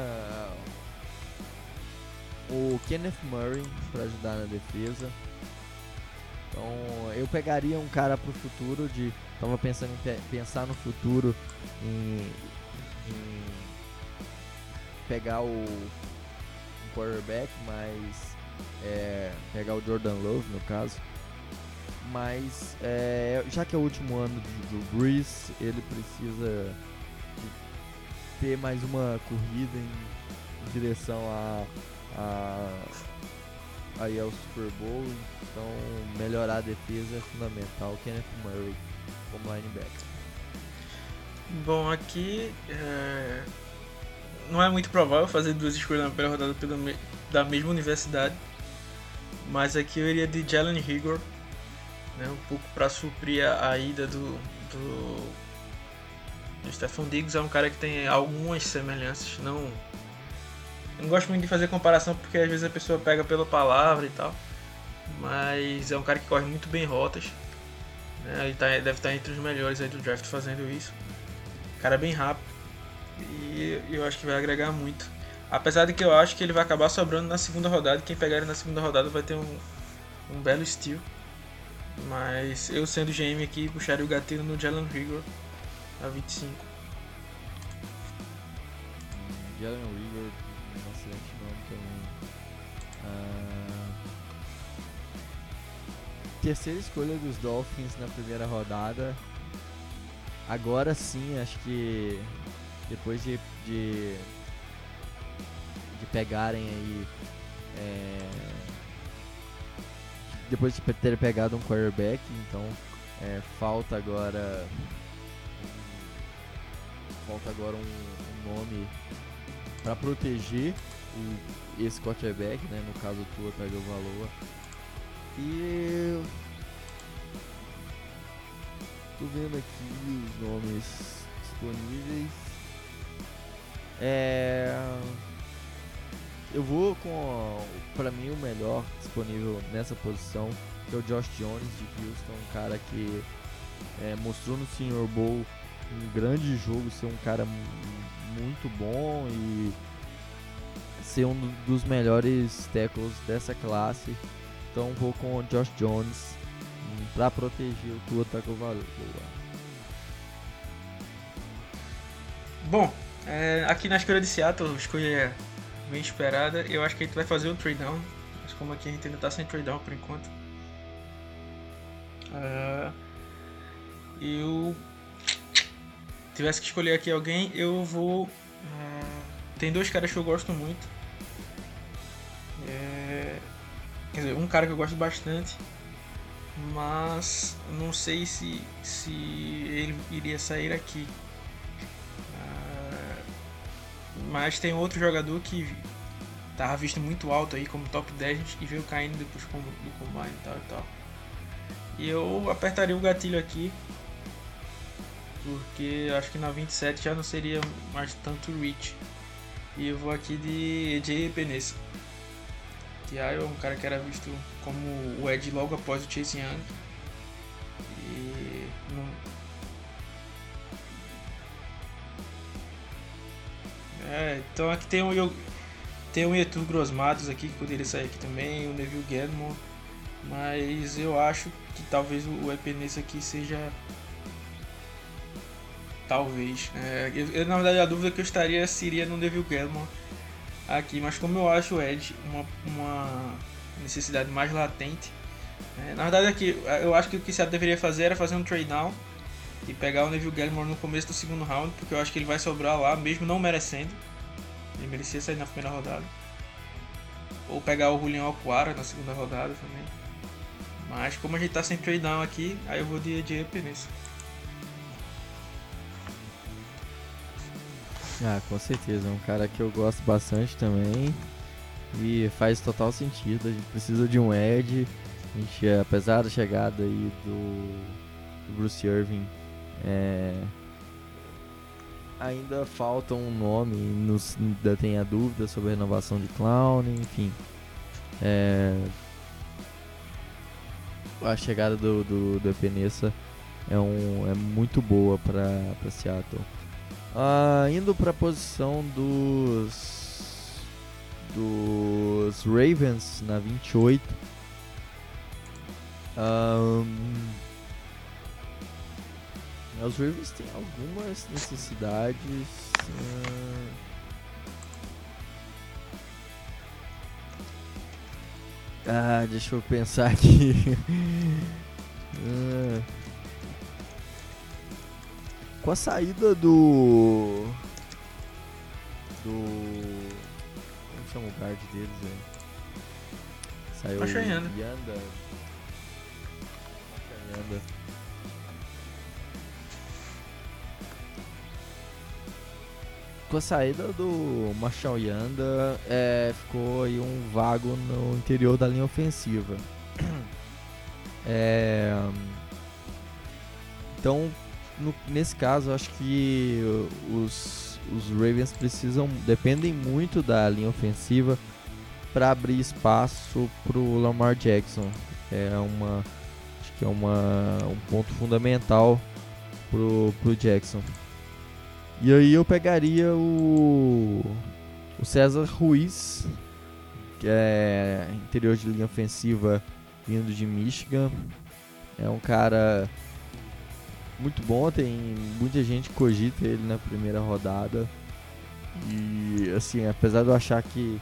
o Kenneth Murray para ajudar na defesa. Então eu pegaria um cara pro futuro, de tava pensando em pe- pensar no futuro em, em pegar o um quarterback, mas é, pegar o Jordan Love no caso, mas é, já que é o último ano do, do Brees, ele precisa ter mais uma corrida em, em direção a, a aí ao Super Bowl, então melhorar a defesa é fundamental. Kenneth Murray como linebacker. Bom, aqui é... não é muito provável fazer duas escolhas na primeira rodada pela me... da mesma universidade, mas aqui eu iria de Jalen Reagor, né, um pouco para suprir a, a ida do, do, do Stephon Diggs. É um cara que tem algumas semelhanças, não, eu não gosto muito de fazer comparação porque às vezes a pessoa pega pela palavra e tal, mas é um cara que corre muito bem rotas, né, ele tá, deve estar entre os melhores aí do draft fazendo isso, cara bem rápido, e eu acho que vai agregar muito. Apesar de que eu acho que ele vai acabar sobrando na segunda rodada. Quem pegar ele na segunda rodada vai ter um, um belo steal. Mas eu, sendo G M aqui, puxaria o gatilho no Jalen Reagor a vinte e cinco. Hum, Jalen Reagor, um excelente nome também. Ah, terceira escolha dos Dolphins na primeira rodada. Agora sim, acho que depois de, de, de pegarem aí, é, depois de ter pegado um quarterback, então é, falta agora falta agora um, um nome para proteger o, esse quarterback, né, no caso o Tua Tagovailoa. E tô vendo aqui os nomes disponíveis. É, eu vou com, pra mim, o melhor disponível nessa posição, que é o Josh Jones de Houston, um cara que é, mostrou no Senior Bowl um grande jogo, ser um cara muito bom e ser um dos melhores tackles dessa classe. Então vou com o Josh Jones para proteger o Tua Tagovailoa. Bom, é, aqui na escolha de Seattle, escolha bem esperada. Eu acho que a gente vai fazer o trade down, mas como aqui a gente ainda está sem trade down por enquanto, uh, eu tivesse que escolher aqui alguém, eu vou. Uh, tem dois caras que eu gosto muito. É, quer dizer, um cara que eu gosto bastante, mas não sei se, se ele iria sair aqui. Uh, mas tem outro jogador que estava visto muito alto aí como top dez e veio caindo depois do combine e tal e tal. E eu apertaria o gatilho aqui, porque acho que na vinte e sete já não seria mais tanto reach. E eu vou aqui de J. Epenesa, que é um cara que era visto como o Ed logo após o Chase Young. E não, Então aqui tem o, tem o Yetur Gross-Matos aqui, que poderia sair aqui também, o Neville Gallimore. Mas eu acho que talvez o Epenesa aqui seja... Talvez. É, eu, eu, na verdade, a dúvida que eu estaria seria no Neville Gallimore aqui. Mas como eu acho o Edge uma, uma necessidade mais latente... É, na verdade, aqui, eu acho que o que o Seattle deveria fazer era fazer um trade down e pegar o Neville Gallimore no começo do segundo round, porque eu acho que ele vai sobrar lá, mesmo não merecendo. Ele merecia sair na primeira rodada. Ou pegar o Julian Alcuara na segunda rodada também. Mas como a gente tá sem trade down aqui, aí eu vou de de Epenesa. Ah, com certeza, é um cara que eu gosto bastante também. E faz total sentido, a gente precisa de um edge. A gente, apesar da chegada aí do, do Bruce Irvin, é, ainda falta um nome, nos, ainda tem a dúvida sobre a renovação de Clown, enfim. É, a chegada do, do, do Epenesa é, um, é muito boa para Seattle. Ah, indo para a posição dos, dos Ravens na vinte e oito. Um, os Ravens têm algumas necessidades. Uh, ah, deixa eu pensar aqui. uh, com a saída do. Do. Como chama o guard deles? É? Saiu o Yanda. Yanda. Com a saída do Marshall Yanda, é, ficou aí um vago no interior da linha ofensiva. É, então, no, nesse caso, eu acho que os, os Ravens precisam, dependem muito da linha ofensiva para abrir espaço para o Lamar Jackson. É uma que é uma, um ponto fundamental pro, pro Jackson. E aí eu pegaria o, o César Ruiz, que é interior de linha ofensiva vindo de Michigan. É um cara muito bom, tem muita gente que cogita ele na primeira rodada. E assim, apesar de eu achar que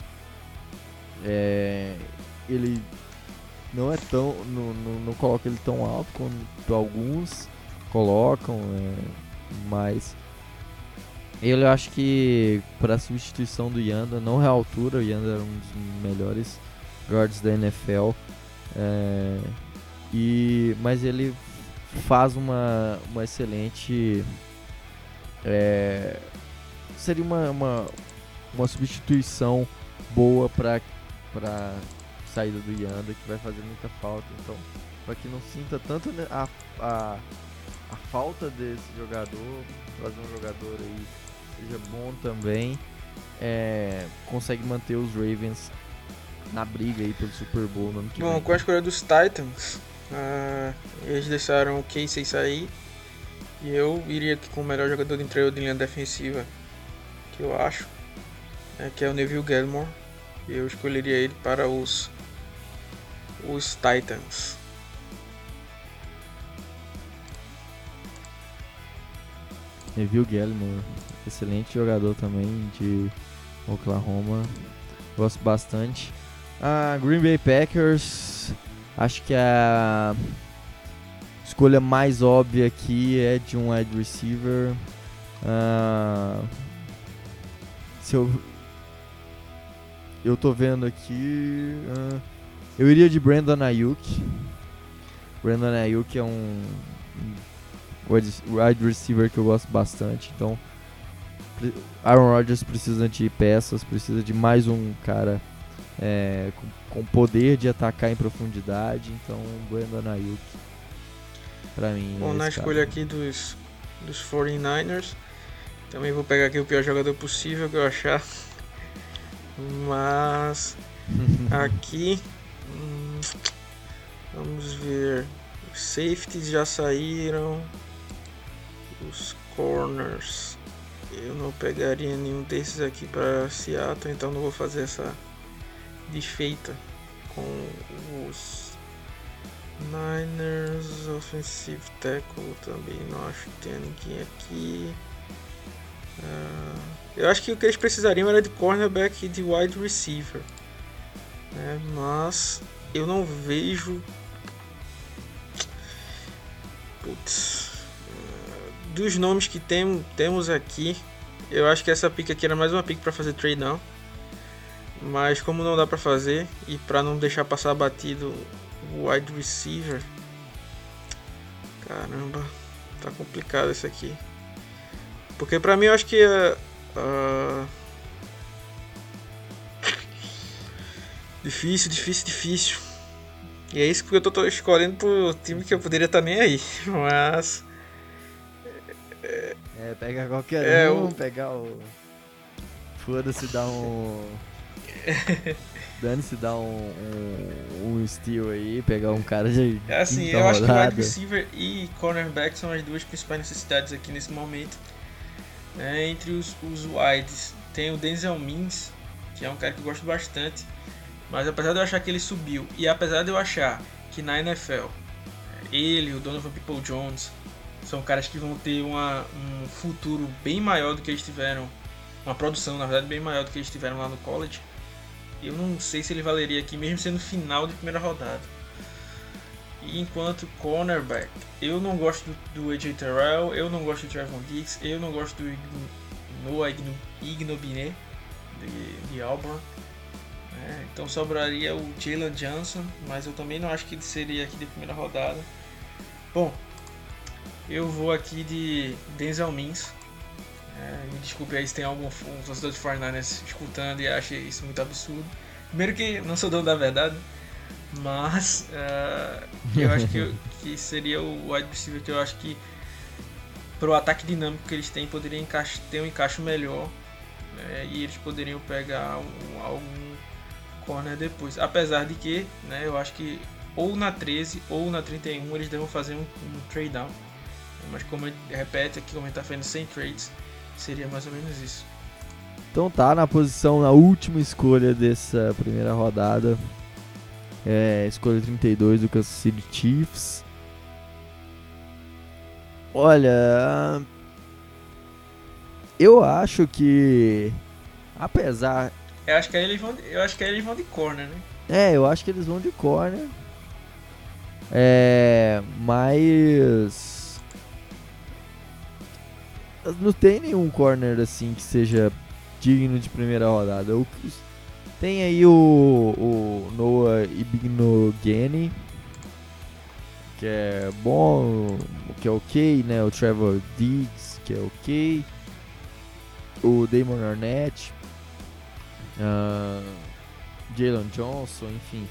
é, ele não é tão, não, não, não coloca ele tão alto quanto alguns colocam, é, mas ele eu acho que para substituição do Yanda não é a altura. O Yanda era um dos melhores guards da N F L, é, e, mas ele faz uma, uma excelente é, seria uma, uma, uma substituição boa para para saída do Yanda, que vai fazer muita falta. Então, para que não sinta tanto a, a, a falta desse jogador, trazer um jogador aí seja bom também, é, consegue manter os Ravens na briga aí pelo Super Bowl no ano que Bom, vem. com a escolha dos Titans, uh, eles deixaram o Casey sair, e eu iria aqui com o melhor jogador de interior de linha defensiva que eu acho, é, que é o Neville Gallimore. Eu escolheria ele para os os Titans. Neville Gallimore, excelente jogador também de Oklahoma, gosto bastante. Ah, Green Bay Packers, acho que a escolha mais óbvia aqui é de um wide receiver. Ah, se eu eu tô vendo aqui, ah, eu iria de Brandon Ayuk. Brandon Ayuk é um wide receiver que eu gosto bastante. Então, Aaron Rodgers precisa de peças, precisa de mais um cara é, com, com poder de atacar em profundidade. Então, Brandon Ayuk, pra mim. Bom, é na esse escolha cara. aqui dos, dos forty-niners, também vou pegar aqui o pior jogador possível que eu achar. Mas aqui hum, vamos ver. Os safeties já saíram. Os corners. eu não pegaria nenhum desses aqui para Seattle, então não vou fazer essa desfeita com os Niners. Offensive tackle também não acho que tenha ninguém aqui. Uh, eu acho que o que eles precisariam era de cornerback e de wide receiver, né? Mas eu não vejo. Putz. Uh, dos nomes que tem, temos aqui, eu acho que essa pick aqui era mais uma pick para fazer trade down. Mas como não dá para fazer e para não deixar passar batido o wide receiver, caramba, tá complicado isso aqui. Porque pra mim eu acho que uh, uh, difícil, difícil, difícil. E é isso porque eu tô, tô escolhendo pro time que eu poderia estar nem aí. Mas é, é pega qualquer é, um, o... pegar o foda-se, dá um dane-se, dá um, um, um steal aí, pegar um cara de é assim, eu rodada. acho que o wide receiver e cornerback são as duas principais necessidades aqui nesse momento. É, entre os, os wides tem o Denzel Mims, que é um cara que eu gosto bastante, mas apesar de eu achar que ele subiu e apesar de eu achar que na N F L ele, o Donovan Peoples-Jones são caras que vão ter uma, um futuro bem maior do que eles tiveram, uma produção na verdade bem maior do que eles tiveram lá no college, eu não sei se ele valeria aqui mesmo sendo final de primeira rodada. E enquanto cornerback, eu não gosto do, do A J Terrell, eu não gosto do Trevon Diggs, eu não gosto do Noah Igbinoghene de, de Auburn. É, então sobraria o Jalen Johnson, mas eu também não acho que ele seria aqui de primeira rodada. Bom, eu vou aqui de Denzel Mims. É, me desculpe aí se tem algum um torcedor de quarenta e nove ers escutando e acha isso muito absurdo. Primeiro que não sou dono da verdade. Mas uh, eu acho que, que seria o wide receiver que eu acho que para o ataque dinâmico que eles têm poderia encaixe, ter um encaixe melhor, né, e eles poderiam pegar um, algum corner depois. Apesar de que, né, eu acho que ou na treze ou na trinta e um eles devem fazer um, um trade down. Mas como ele repete aqui, como ele está fazendo sem trades, seria mais ou menos isso. Então tá na posição, na última escolha dessa primeira rodada. É, escolha trinta e dois do Kansas City Chiefs. Olha, eu acho que apesar, eu acho que aí eles vão, eu acho que aí eles vão de corner, né? É, eu acho que eles vão de corner. É, mas não tem nenhum corner assim que seja digno de primeira rodada. O Tem aí o, o Noah Igbinoghene, que é bom, que é ok, né? O Trevor Diggs, que é ok. O Damon Arnett, uh, Jalen Johnson, enfim.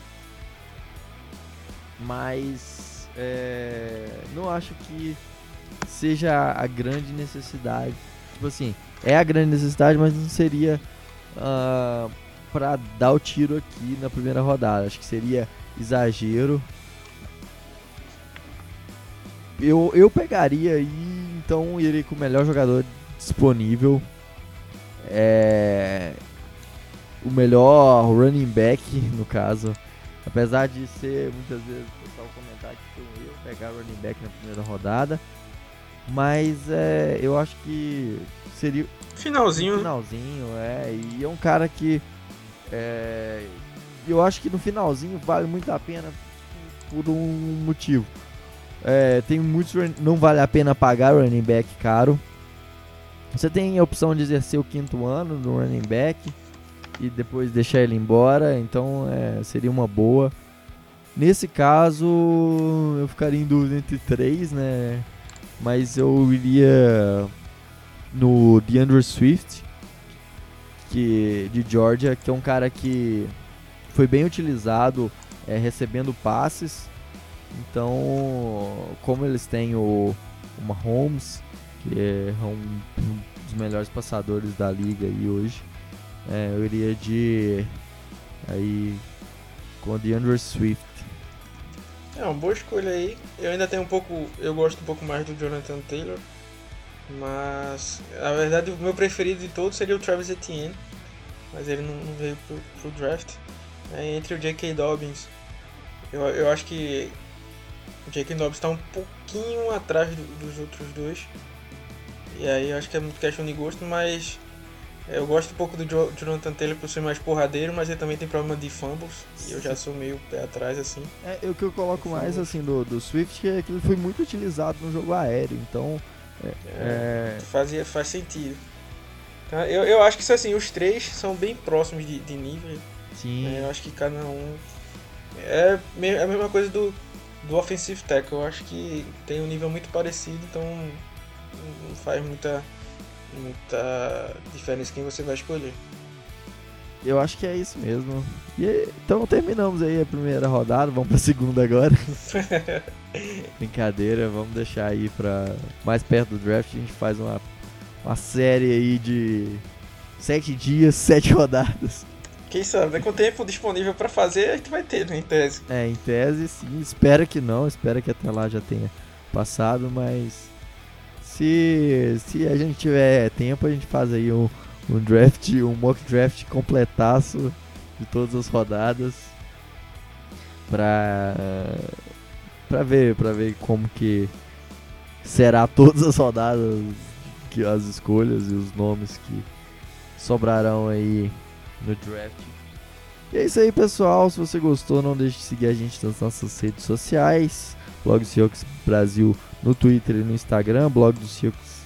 Mas é, não acho que seja a grande necessidade. Tipo assim, é a grande necessidade, mas não seria Uh, para dar o tiro aqui na primeira rodada. Acho que seria exagero. Eu, eu pegaria e então iria com o melhor jogador disponível. É, o melhor running back, no caso. Apesar de ser muitas vezes o pessoal comentar que foi um erro pegar running back na primeira rodada. Mas é, eu acho que seria finalzinho, um finalzinho, é, e é um cara que é, eu acho que no finalzinho vale muito a pena por um motivo. É, tem muitos, não vale a pena pagar o running back caro. Você tem a opção de exercer o quinto ano do running back e depois deixar ele embora, então é, seria uma boa. Nesse caso, eu ficaria em dúvida entre três, né? Mas eu iria no DeAndre Swift, que, de Georgia, que é um cara que foi bem utilizado é, recebendo passes. Então, como eles têm o, o Mahomes, que é um, um dos melhores passadores da liga aí hoje, é, eu iria de aí com o DeAndre Swift. É uma boa escolha aí. Eu ainda tenho um pouco, eu gosto um pouco mais do Jonathan Taylor, Mas, na verdade, o meu preferido de todos seria o Travis Etienne, mas ele não, não veio pro, pro draft. É, entre o J K. Dobbins, eu, eu acho que o J K. Dobbins está um pouquinho atrás do, dos outros dois. E aí eu acho que é muito questão de gosto, mas eu gosto um pouco do jo- Jonathan Taylor por ser mais porradeiro, mas ele também tem problema de fumbles, e eu já sou meio pé atrás assim. É, o que eu coloco mais assim do, do Swift é que ele foi muito utilizado no jogo aéreo, então é, é, Fazia, faz sentido. Então, eu, eu acho que assim, os três são bem próximos de, de nível. sim, É, eu acho que cada um é me- é a mesma coisa do, do offensive tackle. Eu acho que tem um nível muito parecido, então não faz muita, muita diferença quem você vai escolher. eu acho que é isso mesmo. E aí, então terminamos aí a primeira rodada, vamos pra segunda agora. Brincadeira, vamos deixar aí pra mais perto do draft, a gente faz uma, uma série aí de sete dias, sete rodadas. Quem sabe, né? Com o tempo disponível pra fazer, a gente vai ter, né, em tese. É, em tese sim, espero que não, espero que até lá já tenha passado, mas se, se a gente tiver tempo, a gente faz aí um, um draft, um mock draft completaço de todas as rodadas pra, pra ver, pra ver como que será todas as rodadas, que, as escolhas e os nomes que sobrarão aí no draft. E é isso aí, pessoal. Se você gostou, não deixe de seguir a gente nas nossas redes sociais. Blog do Seahawks Brasil no Twitter e no Instagram. Blog do Seahawks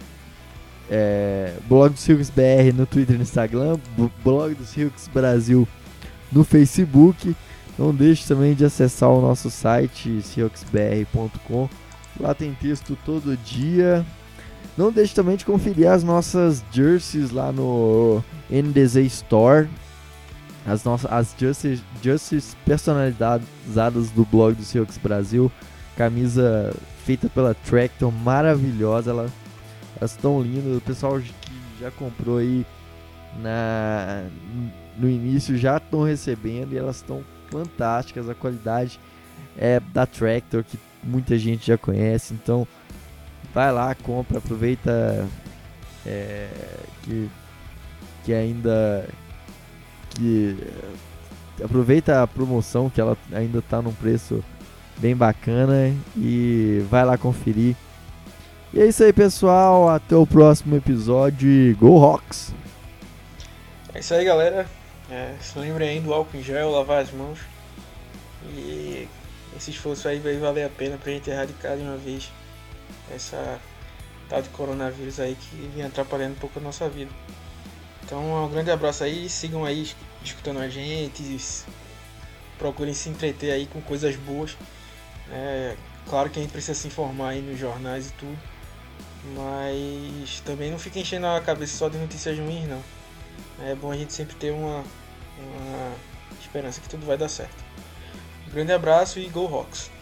é, Blog do Seahawks B R no Twitter e no Instagram. Blog do Seahawks Brasil no Facebook. Não deixe também de acessar o nosso site seahawks b r ponto com. Lá tem texto todo dia. Não deixe também de conferir as nossas jerseys lá no N D Z Store. As nossas as jerseys, jerseys personalizadas do blog do Seahawks Brasil. Camisa feita pela Tractor, maravilhosa. Ela, elas estão lindas. O pessoal que já comprou aí na, no início já estão recebendo e elas estão fantásticas. A qualidade é da Tractor, que muita gente já conhece. Então vai lá, compra, aproveita é, que, que ainda que aproveita a promoção, que ela ainda está num preço bem bacana, e vai lá conferir. E é isso aí, pessoal, até o próximo episódio e Go Hawks! É isso aí, galera. É, se lembrem aí do álcool em gel, lavar as mãos. E esse esforço aí vai valer a pena pra gente erradicar de uma vez essa tal de coronavírus aí que vem atrapalhando um pouco a nossa vida. Então um grande abraço aí, sigam aí escutando a gente, procurem se entreter aí com coisas boas. É, claro que a gente precisa se informar aí nos jornais e tudo, mas também não fiquem enchendo a cabeça só de notícias ruins, não. É bom a gente sempre ter uma, uma esperança que tudo vai dar certo. Um grande abraço e Go Hawks!